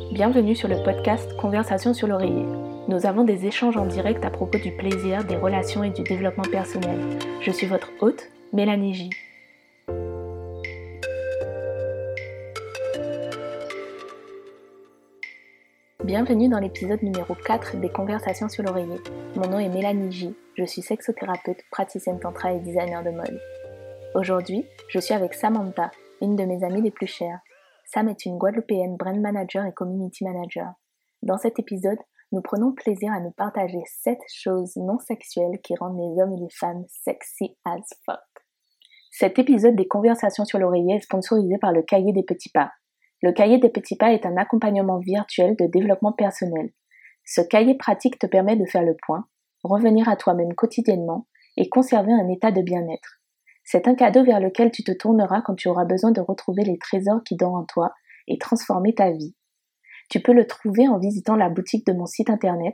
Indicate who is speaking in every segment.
Speaker 1: Bienvenue sur le podcast Conversation sur l'oreiller. Nous avons des échanges en direct à propos du plaisir, des relations et du développement personnel. Je suis votre hôte, Mélanie J. Bienvenue dans l'épisode numéro 4 des Conversations sur l'oreiller. Mon nom est Mélanie J. Je suis sexothérapeute, praticienne tantra et designer de mode. Aujourd'hui, je suis avec Samantha, une de mes amies les plus chères. Sam est une Guadeloupéenne brand manager et community manager. Dans cet épisode, nous prenons plaisir à nous partager 7 choses non sexuelles qui rendent les hommes et les femmes sexy as fuck. Cet épisode des Conversations sur l'oreiller est sponsorisé par le Cahier des Petits Pas. Le Cahier des Petits Pas est un accompagnement virtuel de développement personnel. Ce cahier pratique te permet de faire le point, revenir à toi-même quotidiennement et conserver un état de bien-être. C'est un cadeau vers lequel tu te tourneras quand tu auras besoin de retrouver les trésors qui dorment en toi et transformer ta vie. Tu peux le trouver en visitant la boutique de mon site internet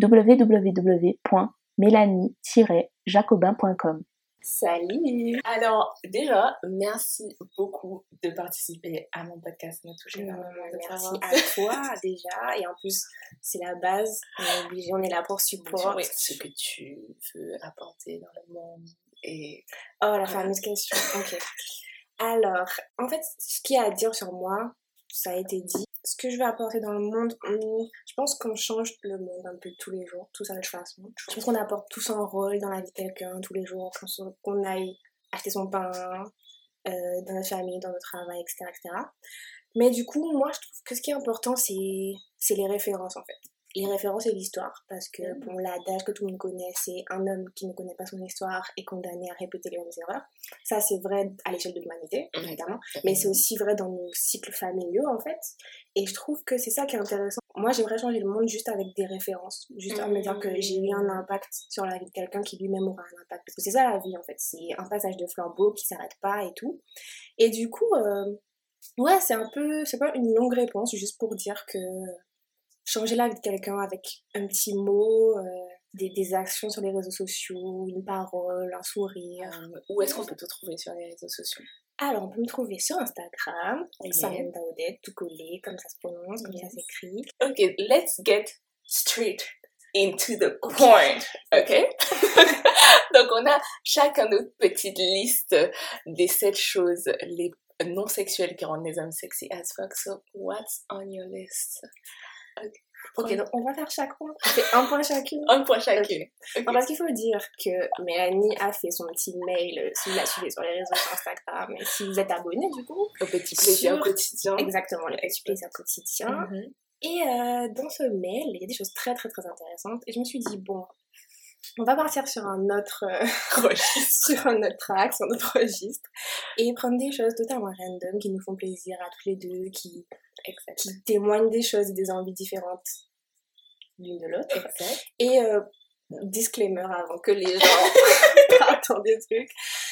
Speaker 1: www.melanie-jacobin.com.
Speaker 2: Salut! Alors, déjà, merci beaucoup de participer à mon podcast. Ça m'a touché énormément.
Speaker 3: Merci à toi, déjà. Et en plus, c'est la base. On est obligé, on est là pour support.
Speaker 2: Oui, ce que tu veux apporter dans le monde. Et...
Speaker 3: Oh, la fameuse question. Ok. Alors, en fait, ce qu'il y a à dire sur moi, ça a été dit. Ce que je veux apporter dans le monde, je pense qu'on change le monde un peu tous les jours, tous à notre façon. Je pense qu'on apporte tous un rôle dans la vie de quelqu'un tous les jours, qu'on aille acheter son pain dans notre famille, dans notre travail, etc., etc. Mais du coup, moi, je trouve que ce qui est important, c'est les références, en fait. Les références et l'histoire, parce que bon, l'adage que tout le monde connaît, c'est un homme qui ne connaît pas son histoire est condamné à répéter les mêmes erreurs. Ça, c'est vrai à l'échelle de l'humanité, évidemment, mais c'est aussi vrai dans nos cycles familiaux, en fait. Et je trouve que c'est ça qui est intéressant. Moi, j'aimerais changer le monde juste avec des références, juste en me disant que j'ai eu un impact sur la vie de quelqu'un qui lui-même aura un impact. Parce que c'est ça la vie, en fait, c'est un passage de flambeau qui s'arrête pas et tout. Et du coup, ouais, c'est pas une longue réponse, juste pour dire que changer la vie de quelqu'un avec un petit mot, des actions sur les réseaux sociaux, une parole, un sourire.
Speaker 2: Où est-ce qu'on peut te trouver sur les réseaux sociaux?
Speaker 3: Alors, on peut me trouver sur Instagram, Samantha Odette, tout collé, comme ça se prononce, comme ça s'écrit.
Speaker 2: Ok, let's get straight into the point, ok? Donc, on a chacun notre petite liste des 7 choses les non sexuelles qui rendent les hommes sexy as fuck. So, what's on your list?
Speaker 3: Ok, donc on va faire chaque point. On fait un point chacune.
Speaker 2: Un point chacune. Okay.
Speaker 3: Non, parce qu'il faut dire que Mélanie a fait son petit mail, si vous la suivez sur les réseaux sur Instagram, et si vous êtes abonné du coup.
Speaker 2: Au petit plaisir quotidien.
Speaker 3: Exactement, le petit plaisir quotidien. Et dans ce mail, il y a des choses très très très intéressantes. Et je me suis dit, bon, on va partir sur un autre registre, sur un autre track, sur un autre registre, et prendre des choses totalement random qui nous font plaisir à tous les deux, qui témoignent des choses et des envies différentes l'une de l'autre.
Speaker 2: Exact.
Speaker 3: Et disclaimer avant que les gens attendent des trucs,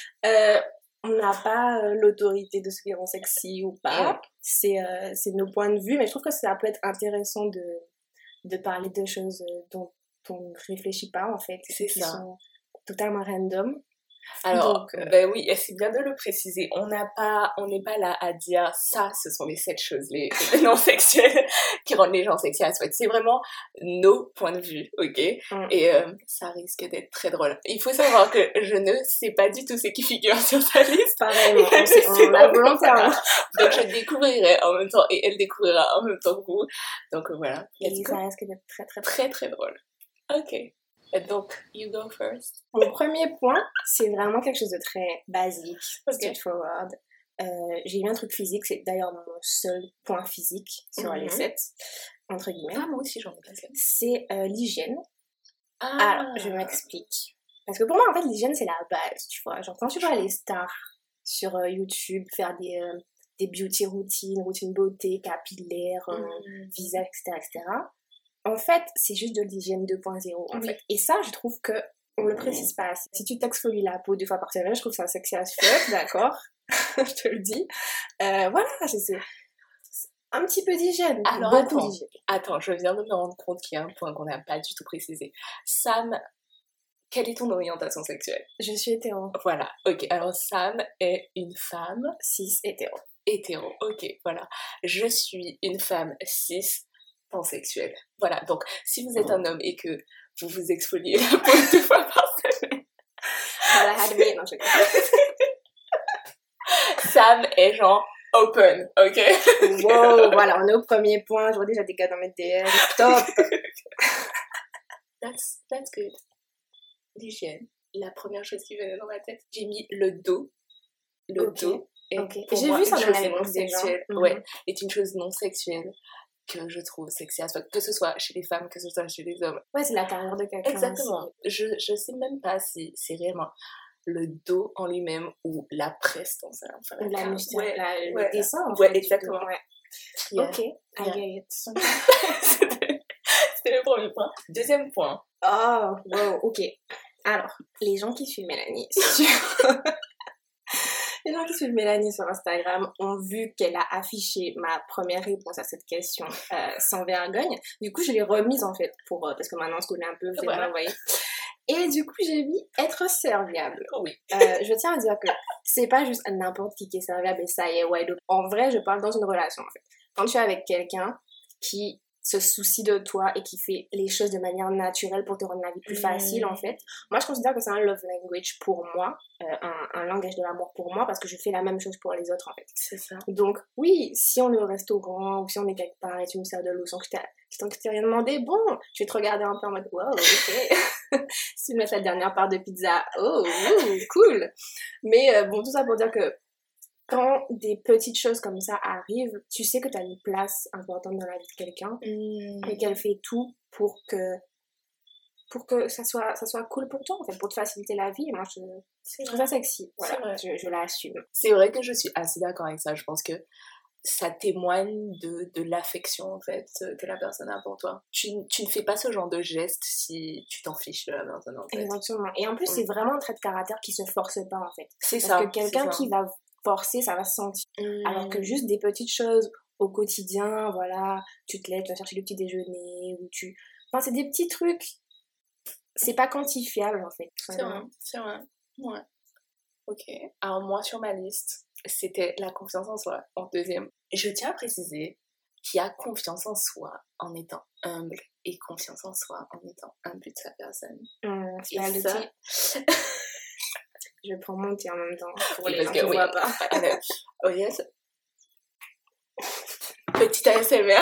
Speaker 3: on n'a pas l'autorité de ce qui rend sexy ou pas. C'est nos points de vue, mais je trouve que ça peut être intéressant de parler de choses dont on ne réfléchit pas en fait,
Speaker 2: c'est
Speaker 3: qui
Speaker 2: ça.
Speaker 3: Sont totalement random.
Speaker 2: Alors, ben oui, c'est bien de le préciser. On n'est pas là à dire ça, ce sont les 7 choses les non sexuelles qui rendent les gens sexy as fuck. C'est vraiment nos points de vue, ok? Et ça risque d'être très drôle. Il faut savoir que je ne sais pas du tout ce qui figure sur sa liste.
Speaker 3: Pareil, on l'a volontairement.
Speaker 2: Donc je découvrirai en même temps et elle découvrira en même temps que vous. Donc voilà.
Speaker 3: Et ça risque d'être très très
Speaker 2: très très drôle. Ok. Donc, you go first.
Speaker 3: Mon premier point, c'est vraiment quelque chose de très basique, straightforward. J'ai eu un truc physique, c'est d'ailleurs mon seul point physique sur les 7, entre guillemets.
Speaker 2: Ah, moi aussi j'en ai pas.
Speaker 3: C'est l'hygiène. Alors, je m'explique. Parce que pour moi, en fait, l'hygiène, c'est la base, tu vois. Genre, quand tu vois les stars sur YouTube faire des beauty routines beauté, capillaire, visage, etc., etc., en fait, c'est juste de l'hygiène 2.0, en fait. Et ça, je trouve que on le précise pas assez. Si tu t'exfolies la peau 2 fois par semaine, je trouve ça sexy as fuck, d'accord? Je te le dis. Voilà, c'est un petit peu d'hygiène.
Speaker 2: Alors,
Speaker 3: beaucoup d'hygiène.
Speaker 2: Attends, je viens de me rendre compte qu'il y a un point qu'on n'a pas du tout précisé. Sam, quelle est ton orientation sexuelle?
Speaker 3: Je suis hétéro.
Speaker 2: Voilà, ok. Alors, Sam est une femme
Speaker 3: cis hétéro.
Speaker 2: Hétéro, ok, voilà. Je suis une femme cis pansexuel. Voilà, donc si vous êtes un homme et que vous vous exfoliez la peau 2 fois par semaine,
Speaker 3: Voilà, had me, non, je
Speaker 2: Sam est genre open, ok?
Speaker 3: Wow, voilà, on est au premier point. Je vois déjà des gars dans mes DM. Stop.
Speaker 2: That's good. L'hygiène. La première chose qui venait dans ma tête, j'ai mis le dos. Le
Speaker 3: Ok.
Speaker 2: dos est pour
Speaker 3: J'ai
Speaker 2: moi
Speaker 3: vu ça
Speaker 2: une
Speaker 3: dans
Speaker 2: chose
Speaker 3: la
Speaker 2: non
Speaker 3: réponse des gens.
Speaker 2: sexuelle.
Speaker 3: Mhm.
Speaker 2: Ouais, est une chose non sexuelle que je trouve sexy as fuck, que ce soit chez les femmes, que ce soit chez les hommes.
Speaker 3: Ouais, c'est la carrière de quelqu'un.
Speaker 2: Exactement. Je sais même pas si c'est réellement le dos en lui-même ou la prestance. Enfin,
Speaker 3: Ou la
Speaker 2: carrière.
Speaker 3: muscle,
Speaker 2: Ouais,
Speaker 3: le dessin, en
Speaker 2: ouais,
Speaker 3: fait.
Speaker 2: exactement.
Speaker 3: Ouais.
Speaker 2: Yeah.
Speaker 3: Ok, I
Speaker 2: Yeah.
Speaker 3: get it.
Speaker 2: C'était le premier point. Deuxième point.
Speaker 3: Oh, wow, ok. Alors, les gens qui suivent Mélanie les gens qui suivent Mélanie sur Instagram ont vu qu'elle a affiché ma première réponse à cette question sans vergogne. Du coup, je l'ai remise en fait parce que maintenant on se connaît un peu, vous allez
Speaker 2: Voilà.
Speaker 3: m'envoyer. Et du coup, j'ai mis être serviable.
Speaker 2: Oui.
Speaker 3: Je tiens à dire que c'est pas juste n'importe qui est serviable et ça y est, wide open. En vrai, je parle dans une relation en fait. Quand tu es avec quelqu'un qui se soucie de toi et qui fait les choses de manière naturelle pour te rendre la vie plus facile en fait. Moi, je considère que c'est un love language pour moi, un langage de l'amour pour moi parce que je fais la même chose pour les autres en fait.
Speaker 2: C'est ça.
Speaker 3: Donc oui, si on est au restaurant ou si on est quelque part et tu me sers de l'eau sans que je t'ai rien demandé, bon, je vais te regarder un peu en mode wow, ok. Si tu me laisses la dernière part de pizza, oh, cool. Mais bon, tout ça pour dire que quand des petites choses comme ça arrivent, tu sais que tu as une place importante dans la vie de quelqu'un et qu'elle fait tout pour que ça soit cool pour toi, en fait, pour te faciliter la vie. Et moi, je trouve ça sexy. Voilà, je l'assume.
Speaker 2: C'est vrai que je suis assez d'accord avec ça. Je pense que ça témoigne de l'affection, en fait, que la personne a pour toi. Tu ne fais pas ce genre de geste si tu t'en fiches de la personne, en fait.
Speaker 3: Exactement. Et en plus, c'est vraiment un trait de caractère qui se force pas, en fait.
Speaker 2: C'est
Speaker 3: Parce
Speaker 2: ça.
Speaker 3: que quelqu'un qui va forcer, ça va se sentir. Alors que juste des petites choses au quotidien, voilà, tu te lèves, tu vas chercher le petit déjeuner, ou Enfin, c'est des petits trucs. C'est pas quantifiable, en fait.
Speaker 2: C'est vrai. Ouais. Ok. Alors, moi, sur ma liste, c'était la confiance en soi, en deuxième. Je tiens à préciser qu'il y a confiance en soi en étant humble et confiance en soi en étant humble de sa personne.
Speaker 3: C'est pas le
Speaker 2: ça...
Speaker 3: Je prends mon thé en même temps pour
Speaker 2: Oui,
Speaker 3: les gens qui ne voient pas.
Speaker 2: Oh yes. Petite ASMR.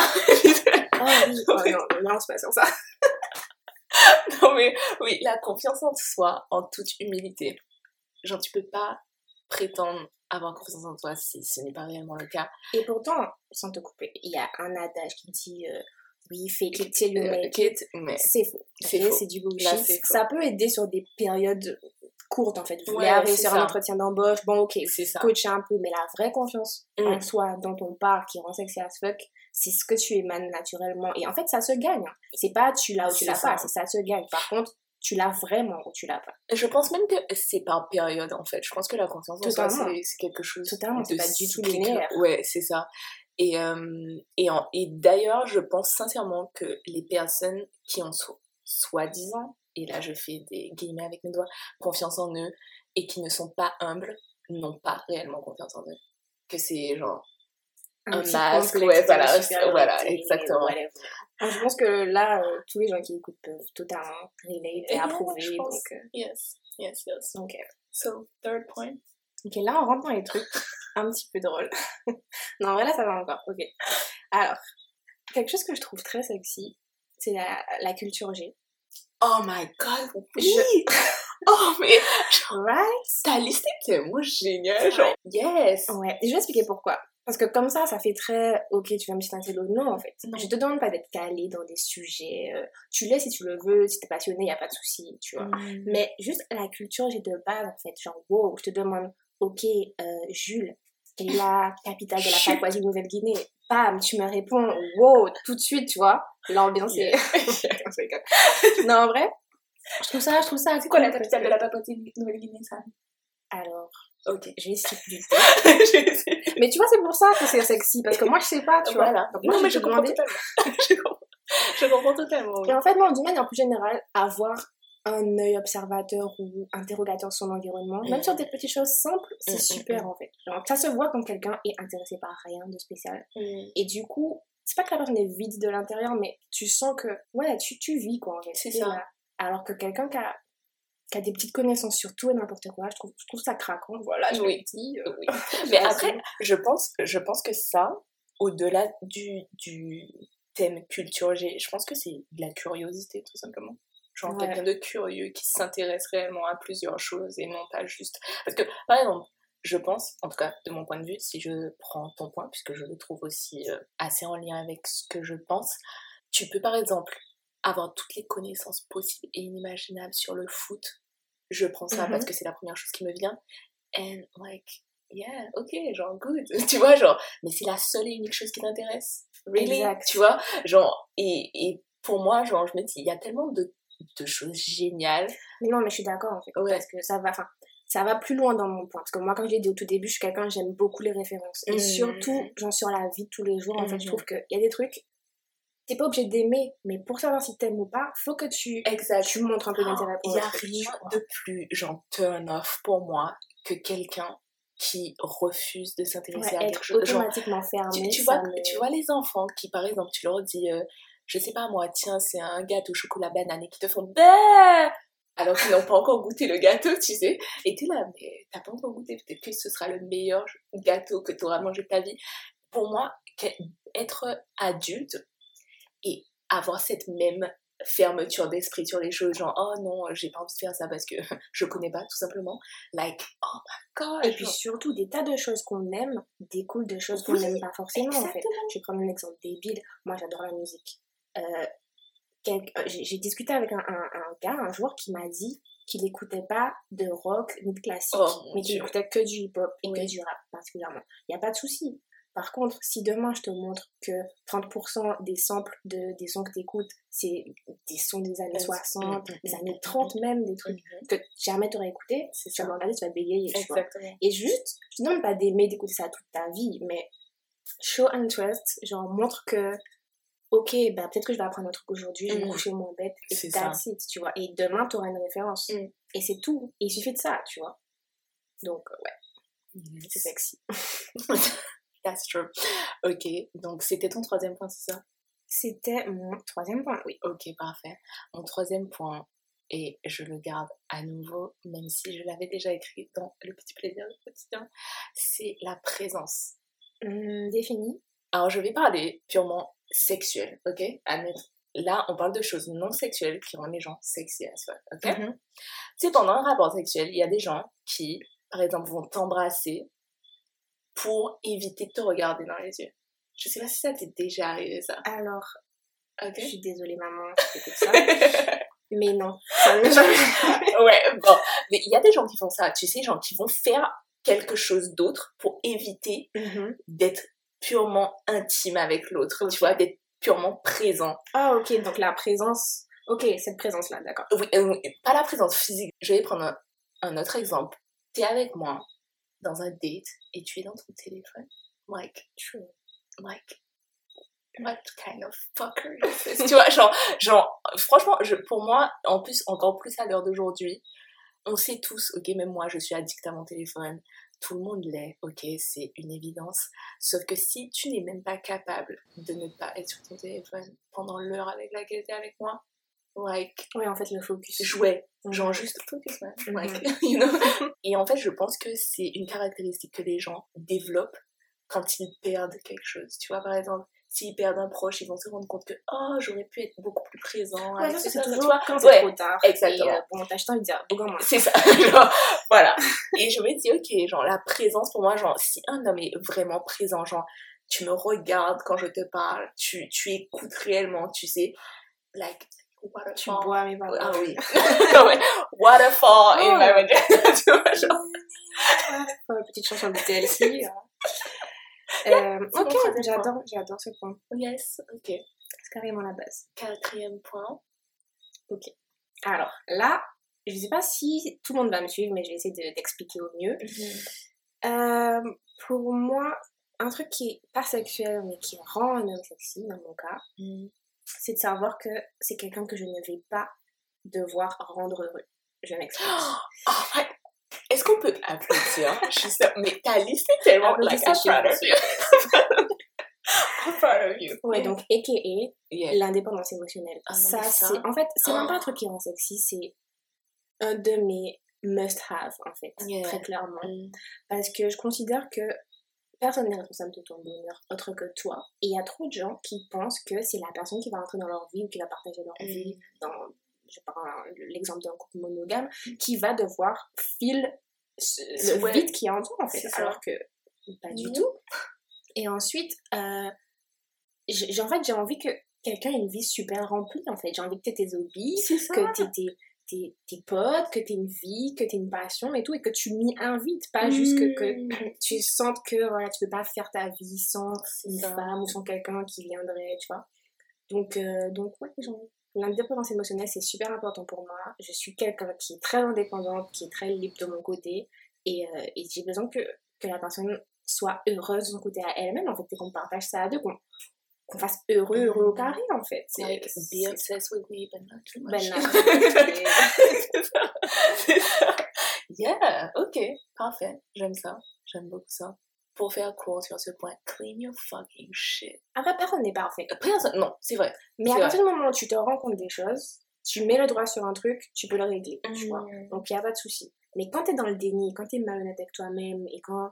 Speaker 3: Oh oui, non, lance pas sur ça.
Speaker 2: Non mais oui, la confiance en soi en toute humilité. Genre tu peux pas prétendre avoir confiance en toi si ce n'est pas réellement le cas.
Speaker 3: Et pourtant, sans te couper, il y a un adage qui dit oui, fake it till you make it.
Speaker 2: Mais
Speaker 3: c'est faux. C'est du bullshit.
Speaker 2: Là, c'est faux.
Speaker 3: Ça peut aider sur des périodes courtes en fait. Vous voulez réussir un entretien d'embauche, bon ok, coacher un peu, mais la vraie confiance en soi dont on parle, qui rend sexy as fuck, c'est ce que tu émanes naturellement. Et en fait, ça se gagne. C'est pas tu l'as ou tu l'as pas, c'est ça se gagne. Par contre, tu l'as vraiment ou tu l'as pas.
Speaker 2: Je pense même que c'est par période en fait. Je pense que la confiance en soi, c'est quelque chose
Speaker 3: totalement, c'est pas du tout linéaire.
Speaker 2: Ouais, c'est ça. Et d'ailleurs, je pense sincèrement que les personnes qui ont soi-disant, et là je fais des guillemets avec mes doigts, confiance en eux, et qui ne sont pas humbles, n'ont pas réellement confiance en eux. Que c'est genre un masque, ouais, voilà, exactement.
Speaker 3: Je pense que là, tous les gens qui écoutent peuvent totalement relate et approuver. Donc,
Speaker 2: yes.
Speaker 3: Ok.
Speaker 2: So, third point.
Speaker 3: Ok, là, on rentre dans les trucs un petit peu drôles. Non, en vrai, là, ça va encore. Ok. Alors, quelque chose que je trouve très sexy, c'est la culture G.
Speaker 2: Oh my god, oui! Oh, mais...
Speaker 3: Right?
Speaker 2: Ta liste est tellement géniale, genre... Yes!
Speaker 3: Ouais, et je vais expliquer pourquoi. Parce que comme ça fait très... Ok, tu vas me citer l'autre. Non, en fait. Non. Je te demande pas d'être calé dans des sujets. Tu l'es si tu le veux, si t'es passionné, y a pas de souci, tu vois. Mais juste la culture G de base, en fait. Genre, wow, je te demande... Ok, Jules, quelle est la capitale de la Papouasie-Nouvelle-Guinée? Bam, tu me réponds, wow, tout de suite, tu vois. L'ambiance est... Non, en vrai, je trouve ça...
Speaker 2: C'est quoi la capitale de la Papouasie-Nouvelle-Guinée, ça?
Speaker 3: Alors,
Speaker 2: ok,
Speaker 3: je vais essayer. Mais tu vois, c'est pour ça que c'est sexy, parce que moi, je sais pas, tu vois. Donc, moi,
Speaker 2: non, mais je comprends totalement. Je comprends totalement.
Speaker 3: Et en fait, moi, d'une manière plus générale, avoir un œil observateur ou interrogateur sur l'environnement, même sur des petites choses simples, c'est super en fait. Genre, ça se voit quand quelqu'un est intéressé par rien de spécial. Et du coup, c'est pas que la personne est vide de l'intérieur, mais tu sens que, ouais, tu vis, quoi, en fait.
Speaker 2: C'est ça.
Speaker 3: Là. Alors que quelqu'un qui a des petites connaissances sur tout et n'importe quoi, je trouve ça craquant, voilà, je
Speaker 2: Oui.
Speaker 3: le dis.
Speaker 2: Oui. Mais après, je pense que ça, au-delà du thème culture G, je pense que c'est de la curiosité, tout simplement. Genre quelqu'un de curieux qui s'intéresse réellement à plusieurs choses et non pas juste... Parce que, par exemple, je pense, en tout cas de mon point de vue, si je prends ton point, puisque je le trouve aussi assez en lien avec ce que je pense, tu peux par exemple avoir toutes les connaissances possibles et inimaginables sur le foot. Je prends ça parce que c'est la première chose qui me vient. And like, yeah, ok, genre good. Tu vois, genre, mais c'est la seule et unique chose qui t'intéresse. Really? Exact. Tu vois, genre, et pour moi, genre, je me dis, il y a tellement de choses géniales.
Speaker 3: Mais non, mais je suis d'accord en fait, parce que ça va plus loin dans mon point, parce que moi, comme je l'ai dit au tout début, je suis quelqu'un, j'aime beaucoup les références, et surtout, genre sur la vie de tous les jours, en fait, je trouve qu'il y a des trucs, t'es pas obligé d'aimer, mais pour savoir si t'aimes ou pas, faut que tu montres un peu d'intérêt pour
Speaker 2: il y a rien de plus, genre, turn off pour moi, que quelqu'un qui refuse de s'intéresser à quelque chose.
Speaker 3: Automatiquement fermé.
Speaker 2: Tu vois les enfants qui, par exemple, tu leur dis... je sais pas moi, tiens, c'est un gâteau chocolat banane et qui te font bah alors qu'ils n'ont pas encore goûté le gâteau, tu sais. Et t'es là, mais t'as pas encore goûté, peut-être que ce sera le meilleur gâteau que t'auras mangé de ta vie. Pour moi, être adulte et avoir cette même fermeture d'esprit sur les choses, genre oh non, j'ai pas envie de faire ça parce que je connais pas, tout simplement. Like, oh my god.
Speaker 3: Et puis surtout, des tas de choses qu'on aime découlent de choses qu'on n'aime pas forcément, en fait. Je vais prendre un exemple débile. Moi, j'adore la musique. J'ai discuté avec un gars un jour qui m'a dit qu'il n'écoutait pas de rock ni de classique, mais qu'il écoutait que du hip-hop et que du rap particulièrement. Il n'y a pas de souci. Par contre, si demain je te montre que 30% des samples des sons que tu écoutes, c'est des sons des années 60, des années 30 même, des trucs que jamais tu aurais écouté, tu vas me regarder, tu vas bégayer.
Speaker 2: Exactement.
Speaker 3: Et juste, je te demande pas d'aimer, d'écouter ça toute ta vie, mais show interest, genre montre que ok, bah peut-être que je vais apprendre un truc aujourd'hui, je vais me coucher moins bête, et that's it, tu vois. Et demain, tu auras une référence. Et c'est tout. Et il suffit de ça, tu vois. Donc, ouais. C'est sexy.
Speaker 2: That's true. Ok, donc c'était ton troisième point, c'est ça?
Speaker 3: C'était mon troisième point, oui.
Speaker 2: Ok, parfait. Mon troisième point, et je le garde à nouveau, même si je l'avais déjà écrit dans Le Petit Plaisir du Quotidien, c'est la présence.
Speaker 3: Définie.
Speaker 2: Alors, je vais parler purement sexuel, ok? Là, on parle de choses non sexuelles qui rendent les gens sexy as fuck, ok? Tu sais, pendant un rapport sexuel, il y a des gens qui, par exemple, vont t'embrasser pour éviter de te regarder dans les yeux. Je sais pas si ça t'est déjà arrivé, ça.
Speaker 3: Alors, je suis désolée, maman, si t'écoutes ça. Mais non, ça ne m'est jamais arrivé.
Speaker 2: Ouais, bon. Mais il y a des gens qui font ça, tu sais, genre qui vont faire quelque chose d'autre pour éviter d'être purement intime avec l'autre, tu vois, d'être purement présent.
Speaker 3: Ah, ok, donc la présence... Ok, cette présence-là, d'accord.
Speaker 2: Oui, pas la présence physique. Je vais prendre un autre exemple. T'es avec moi dans un date et tu es dans ton téléphone. Like, what kind of fucker is this? Tu vois, genre franchement, pour moi, en plus, encore plus à l'heure d'aujourd'hui, on sait tous, ok, même moi, je suis addict à mon téléphone. Tout le monde l'est, ok, c'est une évidence. Sauf que si tu n'es même pas capable de ne pas être sur ton téléphone pendant l'heure avec laquelle tu es avec moi, like...
Speaker 3: Ouais, en fait, le focus.
Speaker 2: Jouer, genre juste focus, man. Like, you know? Et en fait, je pense que c'est une caractéristique que les gens développent quand ils perdent quelque chose. Tu vois, par exemple, s'ils perdent un proche, ils vont se rendre compte que oh, j'aurais pu être beaucoup plus présent.
Speaker 3: Ouais, ça, c'est toujours quand c'est trop tard.
Speaker 2: Exactement.
Speaker 3: Et bon, t'as juste envie de dire, bon,
Speaker 2: c'est ça. Genre, voilà. Et je me dis, ok, genre, la présence pour moi, genre, si un homme est vraiment présent, genre, tu me regardes quand je te parle, tu écoutes réellement, tu sais, like, waterfall.
Speaker 3: Tu bois mes paroles.
Speaker 2: Ah oui. Waterfall in my vagina. Tu vois, genre.
Speaker 3: Petite chanson de TLC. Ok, j'adore ce point.
Speaker 2: Yes, ok.
Speaker 3: C'est carrément la base.
Speaker 2: Quatrième point.
Speaker 3: Ok. Alors, là, je sais pas si tout le monde va me suivre, mais je vais essayer d'expliquer au mieux. Pour moi, un truc qui est pas sexuel, mais qui rend un homme sexy, dans mon cas, c'est de savoir que c'est quelqu'un que je ne vais pas devoir rendre heureux. Je m'explique.
Speaker 2: Oh my... Est-ce qu'on peut applaudir? Mais ta liste est tellement like I'm proud of you. Proud of you.
Speaker 3: Ouais, donc a.k.a.
Speaker 2: Yeah.
Speaker 3: l'indépendance émotionnelle.
Speaker 2: Ah non,
Speaker 3: ça,
Speaker 2: mais ça-
Speaker 3: c'est... En fait, c'est même pas un truc qui rend sexy, c'est un de mes must-have, en fait,
Speaker 2: Yeah.
Speaker 3: très clairement.
Speaker 2: Mm.
Speaker 3: Parce que je considère que personne n'est responsable de ton bonheur autre que toi. Et il y a trop de gens qui pensent que c'est la personne qui va rentrer dans leur vie ou qui va partager leur vie dans... Je prends l'exemple d'un couple monogame qui va devoir filer le
Speaker 2: Ouais.
Speaker 3: vide qui est en toi, en fait.
Speaker 2: C'est ça.
Speaker 3: Alors que pas du tout. Et ensuite, j'ai envie que quelqu'un ait une vie super remplie, en fait. J'ai envie que tu aies tes hobbies,
Speaker 2: C'est ça.
Speaker 3: que tu aies tes potes, que tu aies une vie, que tu aies une passion et tout, et que tu m'y invites, pas juste que tu sentes que voilà, tu peux pas faire ta vie sans une femme ou sans quelqu'un qui viendrait, tu vois. Donc ouais, l'indépendance émotionnelle, c'est super important pour moi. Je suis quelqu'un qui est très indépendante, qui est très libre de mon côté, et j'ai besoin que la personne soit heureuse de son côté à elle-même, en fait, et qu'on partage ça à deux, qu'on fasse heureux au carré, en fait.
Speaker 2: Like, be obsessed with me, but not too much.
Speaker 3: Ben non.
Speaker 2: C'est ça. Yeah, ok, parfait. J'aime ça. J'aime beaucoup ça. Pour faire court sur ce point, clean your fucking shit.
Speaker 3: Après, personne n'est parfait.
Speaker 2: Non, c'est vrai.
Speaker 3: Mais à partir du moment où tu te rends compte des choses, tu mets le doigt sur un truc, tu peux le régler, tu vois. Donc, il n'y a pas de souci. Mais quand t'es dans le déni, quand t'es malhonnête avec toi-même, et quand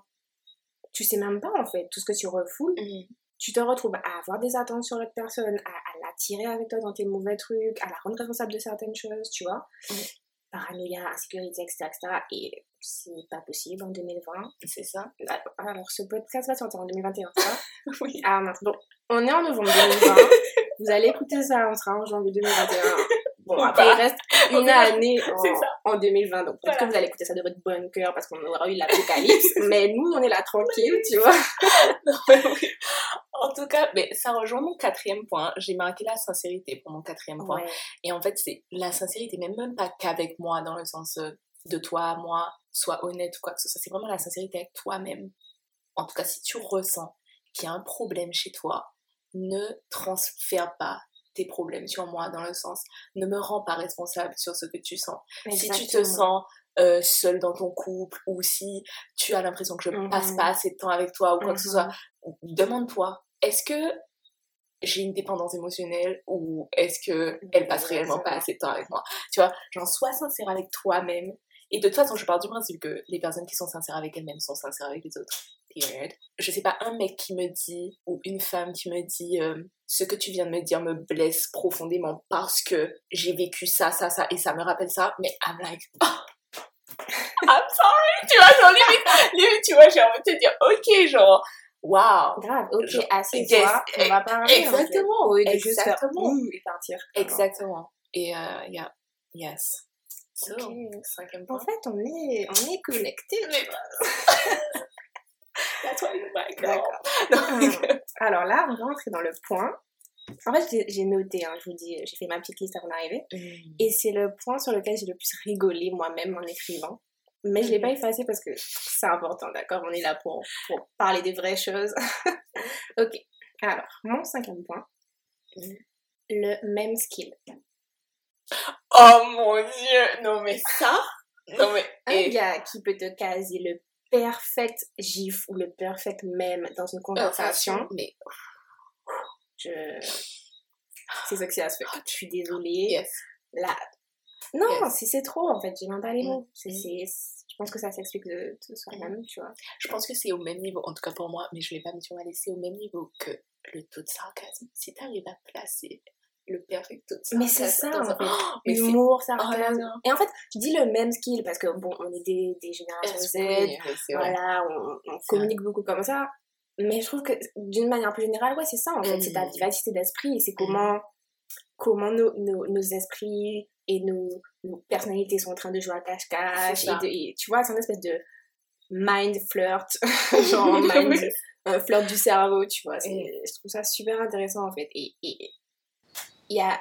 Speaker 3: tu sais même pas, en fait, tout ce que tu refoules, tu te retrouves à avoir des attentes sur l'autre personne, à l'attirer avec toi dans tes mauvais trucs, à la rendre responsable de certaines choses, tu vois. Paranoïa, insécurité, etc., etc. Et c'est pas possible en 2020.
Speaker 2: C'est ça.
Speaker 3: Alors, ce podcast va sortir en 2021, ça.
Speaker 2: Oui.
Speaker 3: Ah mince, bon, on est en novembre 2020. Vous allez écouter ça, on sera en janvier 2021. Bon, après, il reste une année en 2020, donc peut-être que vous allez écouter ça de votre bon cœur parce qu'on aura eu l'apocalypse, mais nous, on est là tranquille, tu vois.
Speaker 2: Non, mais oui. En tout cas, mais ça rejoint mon 4e point. J'ai marqué la sincérité pour mon 4e point.
Speaker 3: Ouais.
Speaker 2: Et en fait, c'est la sincérité, mais même pas qu'avec moi, dans le sens de toi, moi, sois honnête ou quoi que ce soit. C'est vraiment la sincérité avec toi-même. En tout cas, si tu ressens qu'il y a un problème chez toi, ne transfère pas tes problèmes sur moi, dans le sens, ne me rends pas responsable sur ce que tu sens.
Speaker 3: Exactement.
Speaker 2: Si tu te sens seule dans ton couple, ou si tu as l'impression que je passe pas assez de temps avec toi, ou quoi que ce soit, demande-toi, est-ce que j'ai une dépendance émotionnelle, ou est-ce que elle passe réellement pas assez de temps avec moi? Tu vois, genre, sois sincère avec toi-même. Et de toute façon, je pars du principe que les personnes qui sont sincères avec elles-mêmes sont sincères avec les autres. Period. Je sais pas, un mec qui me dit, ou une femme qui me dit ce que tu viens de me dire me blesse profondément parce que j'ai vécu ça, et ça me rappelle ça, mais I'm like, oh, I'm sorry, tu vois, genre limite, tu vois, j'ai envie de te dire, ok, genre, wow.
Speaker 3: Grave, ok,
Speaker 2: Genre,
Speaker 3: assieds-toi, on va parler.
Speaker 2: Exactement,
Speaker 3: En fait. Et juste faire et partir.
Speaker 2: Exactement. Et yeah, yes. So,
Speaker 3: Okay.
Speaker 2: 5e point.
Speaker 3: En fait, on est connectés.
Speaker 2: That's why you're my girl.
Speaker 3: D'accord. Alors là, on va rentrer dans le point. En fait, j'ai noté, hein, je vous dis, j'ai fait ma petite liste avant d'arriver. Et c'est le point sur lequel j'ai le plus rigolé moi-même en écrivant. Mais je ne l'ai pas effacé parce que c'est important, d'accord? On est là pour parler des vraies choses. Ok. Alors, mon 5e point. Le même skill.
Speaker 2: Oh mon dieu! Non mais ça? Non mais...
Speaker 3: Un gars qui peut te caser le perfect gif ou le perfect meme dans une conversation.
Speaker 2: Mais...
Speaker 3: C'est sexy as fuck. Je suis désolée.
Speaker 2: Yes.
Speaker 3: Là... Non, c'est trop en fait, j'ai même pas les mots. Je pense que ça s'explique de soi-même, tu vois.
Speaker 2: Je pense que c'est au même niveau, en tout cas pour moi, mais je vais pas me dire, c'est au même niveau que le taux de sarcasme. Si t'arrives à placer le perfect taux de sarcasme...
Speaker 3: Mais c'est ça, en fait. Humour, sarcasme.
Speaker 2: Oh,
Speaker 3: et en fait, je dis le même skill parce que, bon, on est des générations Z, voilà, on communique beaucoup comme ça. Mais je trouve que, d'une manière plus générale, ouais, c'est ça, en fait. C'est ta vivacité d'esprit et c'est comment nos esprits et nos personnalités sont en train de jouer à cache-cache. Et tu vois, c'est une espèce de mind flirt, genre flirt du cerveau, tu vois. Je trouve ça super intéressant, en fait. Et il y a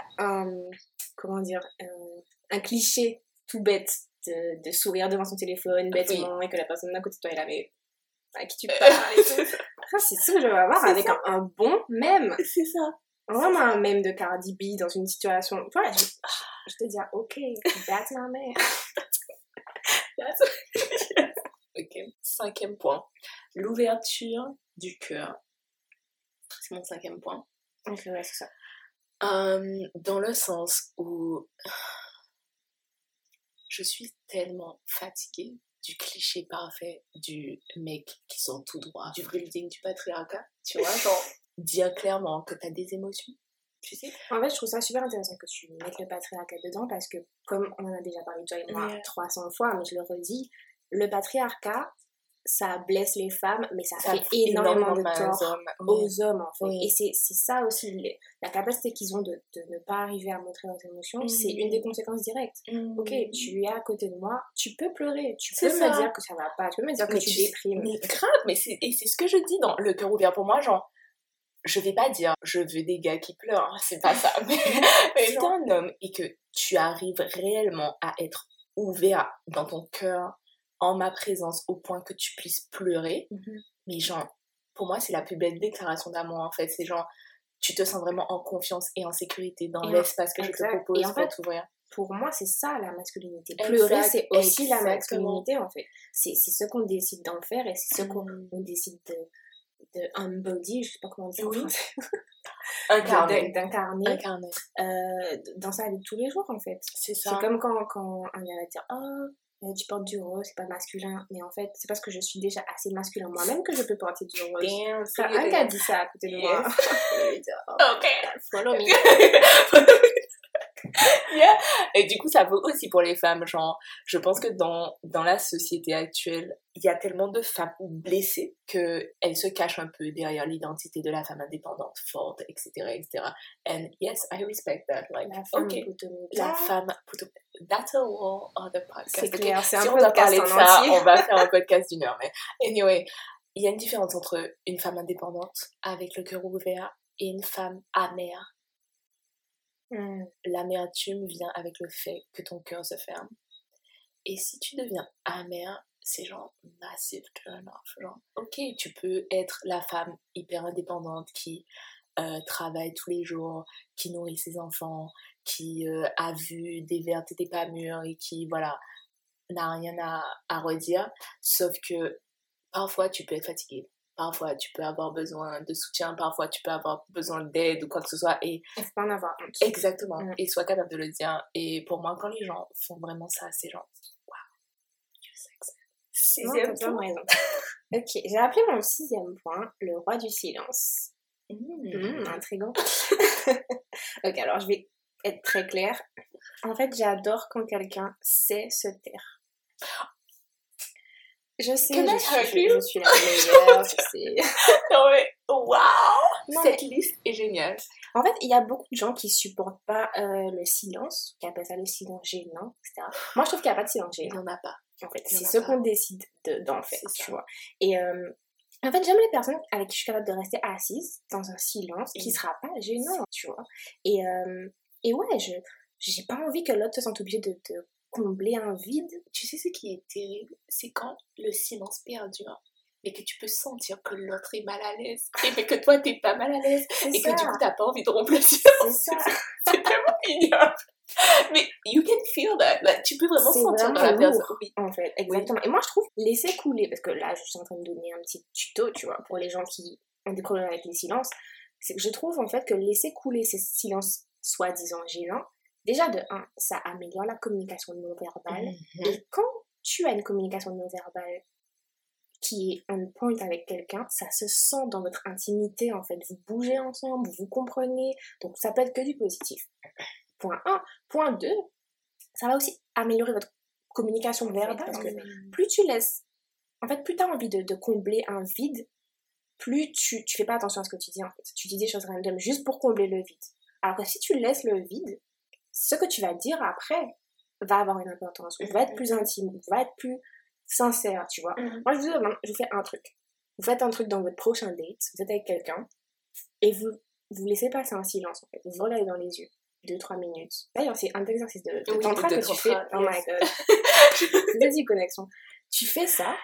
Speaker 3: un cliché tout bête de sourire devant son téléphone bêtement et que la personne d'à côté de toi est là, mais à qui tu parles et tout. C'est ça que je vais avoir avec un bon mème.
Speaker 2: C'est ça.
Speaker 3: Vraiment un mème de Cardi B dans une situation. Voilà, je te dis, ok, that's my man.
Speaker 2: Ok, 5e point. L'ouverture du cœur. C'est mon 5e point.
Speaker 3: Ok, ouais, c'est ça.
Speaker 2: Dans le sens où je suis tellement fatiguée du cliché parfait du mec qui sort tout droit du building du patriarcat, tu vois, genre dire clairement que t'as des émotions, tu sais.
Speaker 3: En fait, je trouve ça super intéressant que tu mettes le patriarcat dedans parce que, comme on en a déjà parlé, toi et moi, 300 fois, mais je le redis, le patriarcat, ça blesse les femmes, mais ça fait énormément de tort aux hommes, en fait. Oui. Et c'est ça aussi, la capacité qu'ils ont de ne pas arriver à montrer leurs émotions, c'est une des conséquences directes. Ok, tu es à côté de moi, tu peux pleurer, tu peux me dire que ça va pas, tu peux me dire que tu déprimes.
Speaker 2: Mais grave, et c'est ce que je dis dans Le cœur ouvert. Pour moi, genre, je vais pas dire je veux des gars qui pleurent, c'est pas ça. Mais si t'es un homme et que tu arrives réellement à être ouvert dans ton cœur, en ma présence, au point que tu puisses pleurer, mais genre, pour moi, c'est la plus belle déclaration d'amour, en fait. C'est genre, tu te sens vraiment en confiance et en sécurité dans l'espace que je te propose pour t'ouvrir.
Speaker 3: Pour moi, c'est ça, la masculinité. Pleurer, c'est aussi la masculinité, en fait. C'est ce qu'on décide d'en faire et c'est ce qu'on décide de embody, je sais pas comment on dit en français. D'incarner dans sa vie de tous les jours, en fait.
Speaker 2: C'est ça.
Speaker 3: C'est comme quand on vient à dire « Oh, tu portes du rose, c'est pas masculin. » Mais en fait, c'est parce que je suis déjà assez masculin moi-même que je peux porter du rose.
Speaker 2: Damn,
Speaker 3: c'est un qui a dit ça à côté de moi.
Speaker 2: Ok.
Speaker 3: Follow me.
Speaker 2: Yeah. Et du coup, ça vaut aussi pour les femmes. Genre, je pense que dans la société actuelle, il y a tellement de femmes blessées qu'elles se cachent un peu derrière l'identité de la femme indépendante, forte, etc., etc. And yes, I respect that. Like, la femme that's a whole other podcast.
Speaker 3: C'est clair, c'est
Speaker 2: si
Speaker 3: un
Speaker 2: on doit parler de ça,
Speaker 3: entier.
Speaker 2: on va faire un podcast d'1 heure. Mais anyway, il y a une différence entre une femme indépendante avec le cœur ouvert et une femme amère. L'amertume vient avec le fait que ton cœur se ferme. Et si tu deviens amère, c'est genre massive turn off. Genre, ok, tu peux être la femme hyper indépendante qui travaille tous les jours, qui nourrit ses enfants, qui a vu des vertes et des pas mûres et qui, voilà, n'a rien à redire. Sauf que parfois, tu peux être fatiguée. Parfois, tu peux avoir besoin de soutien, parfois, tu peux avoir besoin d'aide ou quoi que ce soit. Et
Speaker 3: il faut pas en avoir honte.
Speaker 2: Exactement. Et sois capable de le dire. Et pour moi, quand les gens font vraiment ça, c'est genre, waouh, you're sexy.
Speaker 3: 6e point. Ok, j'ai appelé mon 6e point le roi du silence. Intriguant. Ok, alors je vais être très claire. En fait, j'adore quand quelqu'un sait se taire. Je sais, je suis la meilleure, je sais.
Speaker 2: Non mais, waouh! Cette liste est géniale.
Speaker 3: En fait, il y a beaucoup de gens qui supportent pas le silence, qui appellent ça le silence gênant, etc. Moi, je trouve qu'il n'y a pas de silence gênant.
Speaker 2: Il n'y en a pas.
Speaker 3: En fait, c'est ce qu'on décide d'en faire, tu vois. Et en fait, j'aime les personnes avec qui je suis capable de rester assise dans un silence qui sera pas gênant, tu vois. Et ouais, j'ai pas envie que l'autre se sente obligé de combler un vide.
Speaker 2: Tu sais ce qui est terrible, c'est quand le silence perdure, mais que tu peux sentir que l'autre est mal à l'aise, et que toi t'es pas mal à l'aise, et que du coup t'as pas envie de rompre le silence.
Speaker 3: C'est ça.
Speaker 2: C'est vraiment ignoble. Mais you can feel that. Like, tu peux vraiment sentir dans la personne.
Speaker 3: Oui, en fait, exactement. Et moi je trouve laisser couler, parce que là je suis en train de donner un petit tuto, tu vois, pour les gens qui ont des problèmes avec les silences, c'est que je trouve en fait que laisser couler ces silences soi-disant gênants, déjà de 1, ça améliore la communication non-verbale. Et quand tu as une communication non-verbale qui est on point avec quelqu'un, ça se sent dans votre intimité en fait. Vous bougez ensemble, vous comprenez, donc ça peut être que du positif. Point 1. Point 2, ça va aussi améliorer votre communication verbale parce que plus tu laisses, en fait, plus tu as envie de combler un vide, plus tu fais pas attention à ce que tu dis en fait. Tu dis des choses random juste pour combler le vide. Alors que si tu laisses le vide, ce que tu vas dire après va avoir une importance, va être plus intime, va être plus sincère, tu vois. Moi, je vous fais un truc. Vous faites un truc dans votre prochain date, vous êtes avec quelqu'un, et vous laissez passer un silence, en fait. Vous regardez dans les yeux, 2-3 minutes. D'ailleurs, c'est un exercice de tantra que tu fais. Oh my god. Vas-y, connexion. Tu fais ça,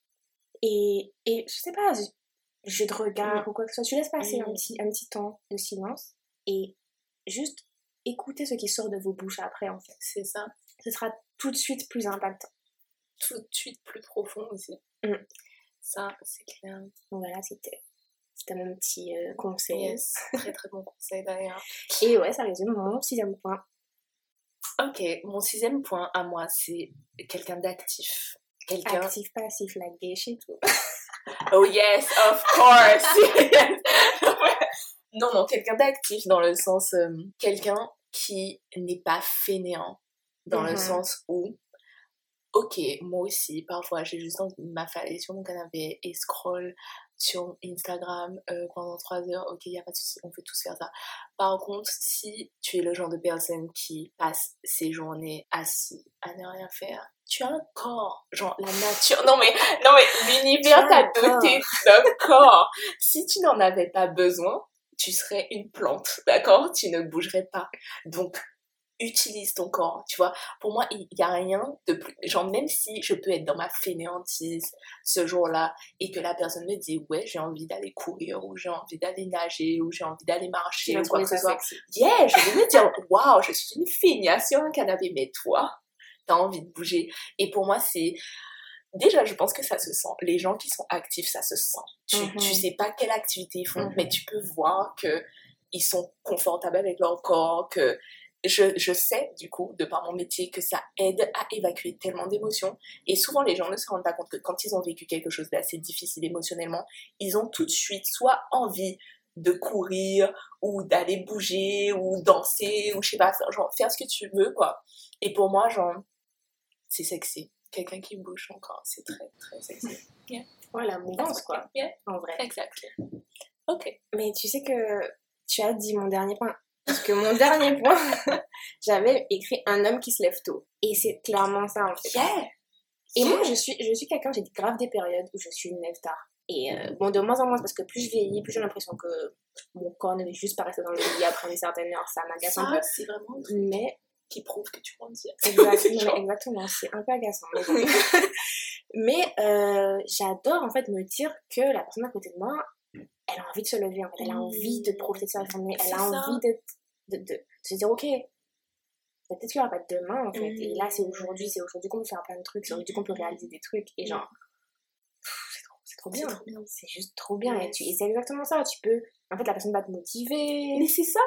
Speaker 3: et je sais pas, jeu de regard ou quoi que ce soit, tu laisses passer un petit temps de silence, et juste écoutez ce qui sort de vos bouches après, en fait.
Speaker 2: C'est ça.
Speaker 3: Ce sera tout de suite plus impactant.
Speaker 2: Tout de suite plus profond aussi. Ça, c'est clair.
Speaker 3: Donc voilà, c'était C'était mon petit conseil.
Speaker 2: Yes, très très bon conseil d'ailleurs.
Speaker 3: Et ouais, ça résume mon 6e point.
Speaker 2: Ok, mon 6e point à moi, c'est quelqu'un d'actif. Quelqu'un...
Speaker 3: Actif, passif, la gauche et tout.
Speaker 2: Oh yes, of course. Non, quelqu'un d'actif dans le sens... quelqu'un qui n'est pas fainéant. Dans le sens où... Ok, moi aussi, parfois, j'ai juste envie de m'affaler sur mon canapé et scroll sur Instagram pendant 3 heures. Ok, y a pas de souci, on peut tous faire ça. Par contre, si tu es le genre de personne qui passe ses journées assis à ne rien faire, tu as un corps, genre la nature. Non mais l'univers t'a doté d'un corps. Si tu n'en avais pas besoin, tu serais une plante, d'accord? Tu ne bougerais pas. Donc, utilise ton corps, tu vois. Pour moi, il y a rien de plus... Genre, même si je peux être dans ma fainéantise ce jour-là et que la personne me dit, ouais, j'ai envie d'aller courir ou j'ai envie d'aller nager ou j'ai envie d'aller marcher ou quoi que ce soit. Yeah, je vais me dire, waouh, je suis une feignasse sur un canapé, mais toi, t'as envie de bouger. Et pour moi, c'est... Déjà, je pense que ça se sent. Les gens qui sont actifs, ça se sent. Tu sais pas quelle activité ils font, mais tu peux voir que ils sont confortables avec leur corps, que... Je sais, du coup, de par mon métier, que ça aide à évacuer tellement d'émotions. Et souvent, les gens ne se rendent pas compte que quand ils ont vécu quelque chose d'assez difficile émotionnellement, ils ont tout de suite soit envie de courir, ou d'aller bouger, ou danser, ou je sais pas, genre faire ce que tu veux, quoi. Et pour moi, genre, c'est sexy. Quelqu'un qui bouge encore, c'est très, très sexy. Yeah.
Speaker 3: Ouais, la mouvance, quoi.
Speaker 2: Yeah.
Speaker 3: En vrai.
Speaker 2: Exact. Ok.
Speaker 3: Mais tu sais que tu as dit mon dernier point. Parce que mon dernier point, j'avais écrit un homme qui se lève tôt. Et c'est clairement ça, en fait.
Speaker 2: Yeah.
Speaker 3: Et moi, je suis quelqu'un, j'ai grave des périodes où je suis une lève tard. Et bon, de moins en moins, parce que plus je vieillis, plus j'ai l'impression que mon corps ne veut juste pas rester dans le lit après une certaine heure. Ça m'agace un peu.
Speaker 2: C'est vraiment...
Speaker 3: Mais...
Speaker 2: qui prouve que tu grandis.
Speaker 3: Exactement, c'est un peu agaçant. Mais j'adore, en fait, me dire que la personne à côté de moi, elle a envie de se lever, en fait. Elle a envie de profiter de sa journée. Elle a envie de se dire, ok, peut-être qu'il n'y aura pas de demain, en fait. Et là, c'est aujourd'hui qu'on peut faire plein de trucs, c'est aujourd'hui qu'on peut réaliser des trucs. Et genre, c'est trop bien. C'est juste trop bien. Et c'est exactement ça. Tu peux, en fait, la personne va te motiver.
Speaker 2: Mais c'est ça.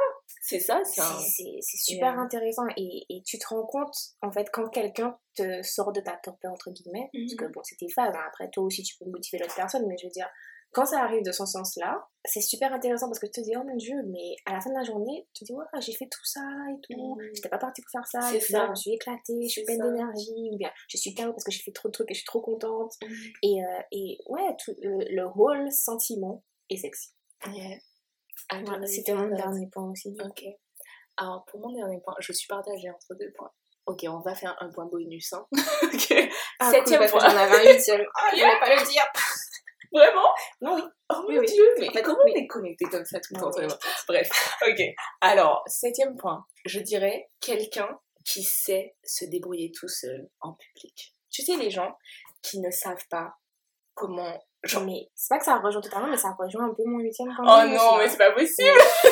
Speaker 3: C'est super intéressant. Et tu te rends compte, en fait, quand quelqu'un te sort de ta torpeur, entre guillemets, parce que bon, c'est tes phases, hein. Après, toi aussi, tu peux motiver l'autre personne, mais je veux dire, quand ça arrive de ce sens-là, c'est super intéressant parce que tu te dis, oh mon Dieu, mais à la fin de la journée, tu te dis, ouais, j'ai fait tout ça et tout, j'étais pas partie pour faire ça, et puis là, je me suis éclatée, je suis pleine d'énergie, ou bien je suis KO parce que j'ai fait trop de trucs et je suis trop contente. Et ouais, le whole sentiment est sexy.
Speaker 2: Yeah.
Speaker 3: Voilà, c'était mon dernier point aussi.
Speaker 2: Ok. Alors, pour mon dernier point, je suis partagée entre 2 points. Ok, on va faire un point bonus. Hein. Ok.
Speaker 3: Ah,
Speaker 2: 7e
Speaker 3: cool,
Speaker 2: point.
Speaker 3: J'en avais un 8e. Ah, je voulais pas le dire.
Speaker 2: Vraiment?
Speaker 3: Non, oui.
Speaker 2: Oh mon Dieu, mais comment on est connecté comme ça tout le temps? Bref, ok. Alors, 7e point. Je dirais quelqu'un qui sait se débrouiller tout seul en public. Tu sais, les gens qui ne savent pas comment...
Speaker 3: Genre... Mais c'est pas que ça rejoint totalement, mais ça rejoint un peu mon 8e point.
Speaker 2: Oh non, mais c'est pas possible.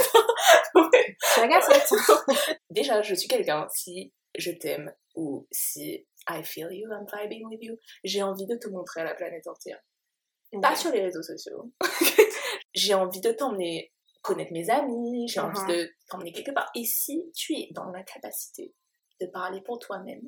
Speaker 3: Je regarde.
Speaker 2: Déjà, je suis quelqu'un, si je t'aime ou si I feel you, I'm vibing with you, j'ai envie de te montrer à la planète entière. Pas sur les réseaux sociaux. J'ai envie de t'emmener connaître mes amis, j'ai envie de t'emmener quelque part. Et si tu es dans la capacité de parler pour toi-même,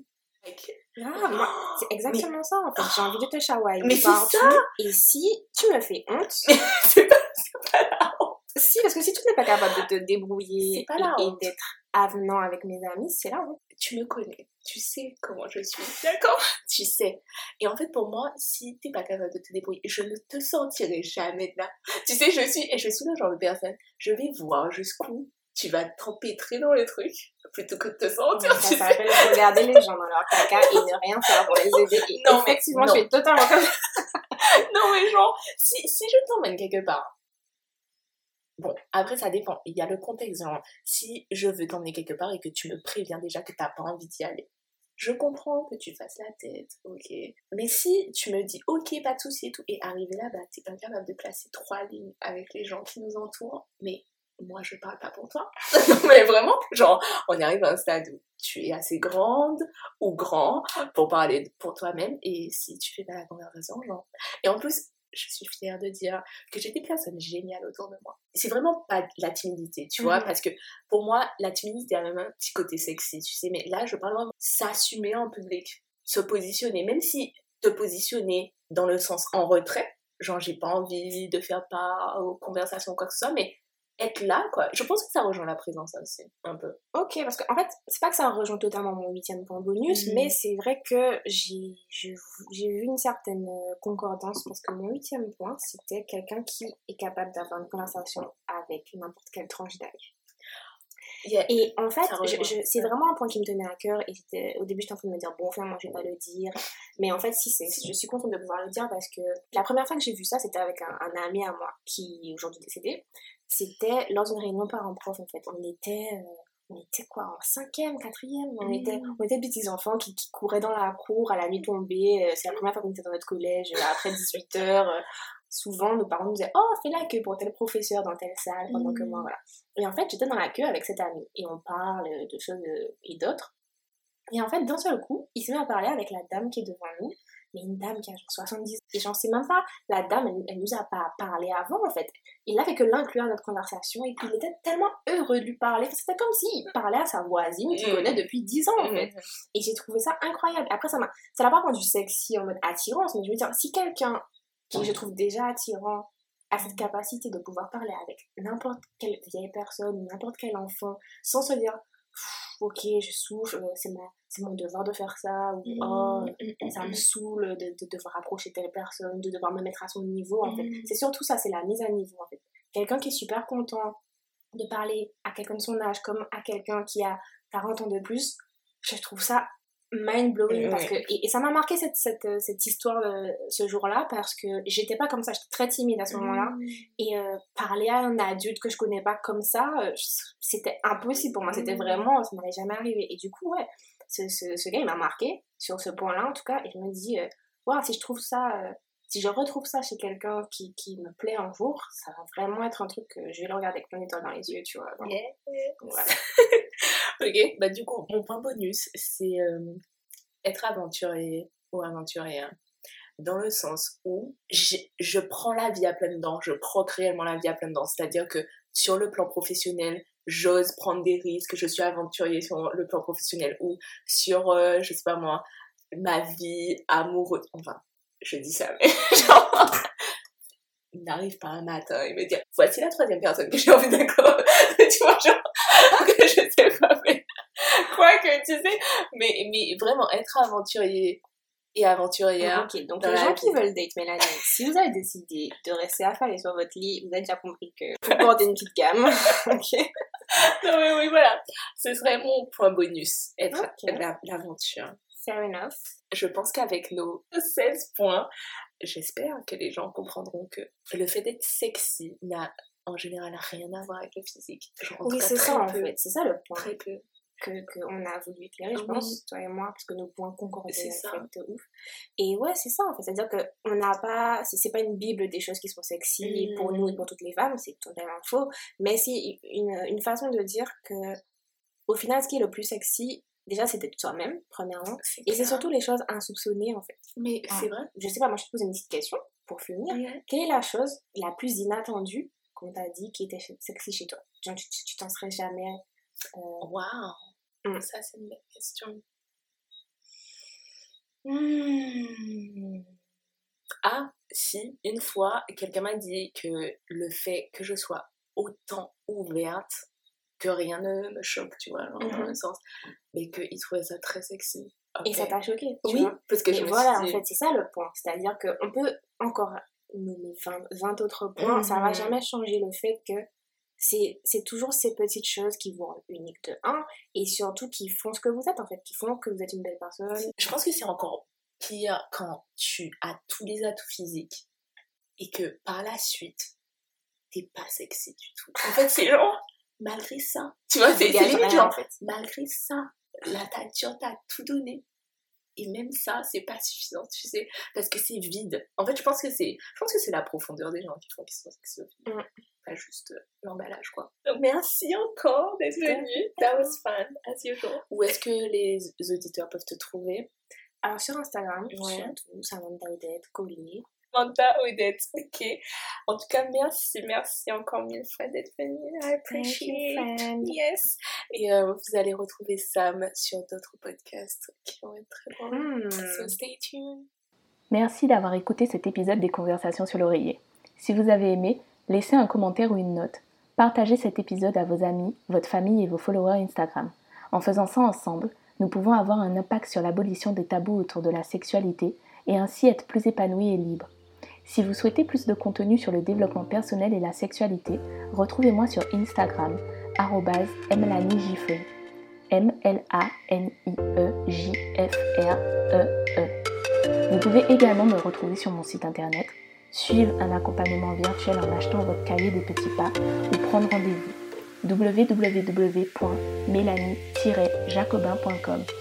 Speaker 3: moi, c'est exactement ça en fait. J'ai envie de te shawaii.
Speaker 2: Mais c'est ça.
Speaker 3: Et si tu me fais honte,
Speaker 2: c'est pas la honte.
Speaker 3: Si, parce que si tu n'es pas capable de te débrouiller et d'être avenant avec mes amis, c'est la honte.
Speaker 2: Tu me connais, tu sais comment je suis, d'accord? Tu sais. Et en fait, pour moi, si t'es pas capable de te débrouiller, je ne te sortirai jamais de là. Tu sais, je suis le genre de personne, je vais voir jusqu'où tu vas t'empêtrer dans le truc, plutôt que de te sortir.
Speaker 3: Ça s'appelle regarder les gens dans leur caca et ne rien faire pour les aider. Et non, effectivement, je suis totalement comme ça.
Speaker 2: Non, mais genre, si je t'emmène quelque part, bon, après ça dépend, il y a le contexte, genre, si je veux t'emmener quelque part et que tu me préviens déjà que t'as pas envie d'y aller, je comprends que tu fasses la tête, ok, mais si tu me dis ok, pas de soucis et tout, et arrivé là, bah t'es incapable de placer 3 lignes avec les gens qui nous entourent, mais moi je parle pas pour toi. Non mais vraiment, genre, on arrive à un stade où tu es assez grande ou grand pour parler pour toi-même, et si tu fais pas la conversation, genre, et en plus, je suis fière de dire que j'ai des personnes géniales autour de moi. C'est vraiment pas de la timidité, tu vois, parce que pour moi, la timidité a même un petit côté sexy, tu sais, mais là, je parle vraiment s'assumer en public, se positionner, même si te positionner dans le sens en retrait, genre j'ai pas envie de faire part aux conversations ou quoi que ce soit, mais être là, quoi. Je pense que ça rejoint la présence aussi, un peu.
Speaker 3: Ok, parce qu'en fait, c'est pas que ça rejoint totalement mon 8e point bonus, mais c'est vrai que j'ai vu une certaine concordance, parce que mon 8e point, c'était quelqu'un qui est capable d'avoir une conversation avec n'importe quelle tranche d'âge. Yeah. Et en fait, c'est vraiment un point qui me tenait à cœur, et au début j'étais en train de me dire, bon, enfin, moi je vais pas le dire, mais en fait, je suis contente de pouvoir le dire, parce que la première fois que j'ai vu ça, c'était avec un ami à moi, qui est aujourd'hui décédé. C'était lors d'une réunion parents-prof, en fait. On était quoi, en 5e, 4e, on était petits enfants qui couraient dans la cour à la nuit tombée. C'est la première fois qu'on était dans notre collège, après 18h. Souvent, nos parents nous disaient « Oh, fais la queue pour tel professeur dans telle salle, pendant que moi, voilà. » Et en fait, j'étais dans la queue avec cet ami, et on parle de choses et d'autres. Et en fait, d'un seul coup, il se met à parler avec la dame qui est devant nous, mais une dame qui a genre 70, et j'en sais même pas, la dame, elle nous a pas parlé avant, en fait. Il a fait que l'inclure à notre conversation, et puis il était tellement heureux de lui parler, c'était comme s'il parlait à sa voisine qu'il connaît depuis 10 ans, en fait. Et j'ai trouvé ça incroyable. Après, ça l'a pas rendu sexy en mode attirance, mais je veux dire, si quelqu'un qui je trouve déjà attirant a cette capacité de pouvoir parler avec n'importe quelle vieille personne, n'importe quel enfant, sans se dire ok, je souffre, c'est mon devoir de faire ça, ou oh, ça me saoule de devoir approcher telle personne, de devoir me mettre à son niveau, en fait. C'est surtout ça, c'est la mise à niveau, en fait. Quelqu'un qui est super content de parler à quelqu'un de son âge comme à quelqu'un qui a 40 ans de plus, je trouve ça mind-blowing, parce que, et ça m'a marqué cette histoire ce jour-là, parce que j'étais pas comme ça, j'étais très timide à ce moment-là, et parler à un adulte que je connais pas comme ça, c'était impossible pour moi, c'était vraiment, ça m'allait jamais arriver, et du coup, ouais, ce gars, il m'a marqué, sur ce point-là, en tout cas, et je me dis, wow, si je trouve ça, si je retrouve ça chez quelqu'un qui me plaît un jour, ça va vraiment être un truc que je vais le regarder avec plein d'étoiles dans les yeux, tu vois. Donc, voilà.
Speaker 2: Ok, bah du coup, mon point bonus, c'est être aventurier ou aventurière. Dans le sens où je prends la vie à pleines dents, je croque réellement la vie à pleines dents. C'est-à-dire que sur le plan professionnel, j'ose prendre des risques, je suis aventurier sur le plan professionnel, ou sur, je sais pas moi, ma vie amoureuse. Enfin, je dis ça, mais genre, il n'arrive pas un matin et me dire voici la 3e personne que j'ai envie d'accord. Tu vois, genre, que je sais pas, mais quoi que tu sais, mais vraiment être aventurier et aventurière.
Speaker 3: Ok, donc les gens qui veulent date Mélanie, si vous avez décidé de rester affalé sur votre lit, vous avez déjà compris que vous portez une petite gamme. Ok.
Speaker 2: Non mais oui, voilà, ce serait mon point bonus, être l'aventure.
Speaker 3: Fair enough.
Speaker 2: Je pense qu'avec nos 16 points, j'espère que les gens comprendront que le fait d'être sexy n'a en général rien à voir avec le physique. Genre,
Speaker 3: oui, c'est ça en fait, c'est ça le point.
Speaker 2: Très peu.
Speaker 3: Qu'on a voulu éclairer, je pense, toi et moi, parce que nos points concordent de ouf. Et ouais, c'est ça en fait, c'est-à-dire qu'on n'a pas, c'est pas une bible des choses qui sont sexy pour nous et pour toutes les femmes, c'est totalement faux, mais c'est une façon de dire que, au final, ce qui est le plus sexy, déjà, c'est d'être soi-même, premièrement, et c'est surtout les choses insoupçonnées en fait.
Speaker 2: Mais c'est vrai.
Speaker 3: Je sais pas, moi je te pose une petite question pour finir. Quelle est la chose la plus inattendue qu'on t'a dit qui était sexy chez toi? Genre, tu t'en serais jamais.
Speaker 2: Waouh! Ça, c'est une belle question. Ah, si, une fois, quelqu'un m'a dit que le fait que je sois autant ouverte, que rien ne me choque, tu vois, dans le sens, mais qu'il trouvait ça très sexy.
Speaker 3: Okay. Et ça t'a choqué,
Speaker 2: oui, vois? Parce que je me
Speaker 3: voilà,
Speaker 2: suis dit...
Speaker 3: en fait, c'est ça le point. C'est-à-dire qu'on peut encore nommer 20 autres points, ça va jamais changer le fait que c'est toujours ces petites choses qui vous rendent unique de 1 et surtout qui font ce que vous êtes en fait, qui font que vous êtes une belle personne.
Speaker 2: Je pense que c'est encore pire quand tu as tous les atouts physiques et que par la suite t'es pas sexy du tout. En fait, c'est genre malgré ça, tu vois, c'est limite genre en fait. Malgré ça, la nature t'a tout donné. Et même ça, c'est pas suffisant, tu sais, parce que c'est vide. En fait, je pense que c'est la profondeur des gens qui font qu'ils sont sexy. Pas juste l'emballage, quoi. Donc, merci encore d'être venu. That was fun, as usual. Où est-ce que les auditeurs peuvent te trouver?
Speaker 3: Alors, sur Instagram, surtout, Samantha Odette, Collier.
Speaker 2: Samantha Odette. Ok. En tout cas, merci encore mille fois d'être venue. I appreciate. Yes. Et vous allez retrouver Sam sur d'autres podcasts qui vont être très bons. So stay tuned.
Speaker 1: Merci d'avoir écouté cet épisode des Conversations sur l'oreiller. Si vous avez aimé, laissez un commentaire ou une note. Partagez cet épisode à vos amis, votre famille et vos followers Instagram. En faisant ça ensemble, nous pouvons avoir un impact sur l'abolition des tabous autour de la sexualité et ainsi être plus épanouis et libres. Si vous souhaitez plus de contenu sur le développement personnel et la sexualité, retrouvez-moi sur Instagram @mlanijfree. MLANIEJFREE. Vous pouvez également me retrouver sur mon site internet, suivre un accompagnement virtuel en achetant votre cahier des petits pas ou prendre rendez-vous www.melanie-jacobin.com.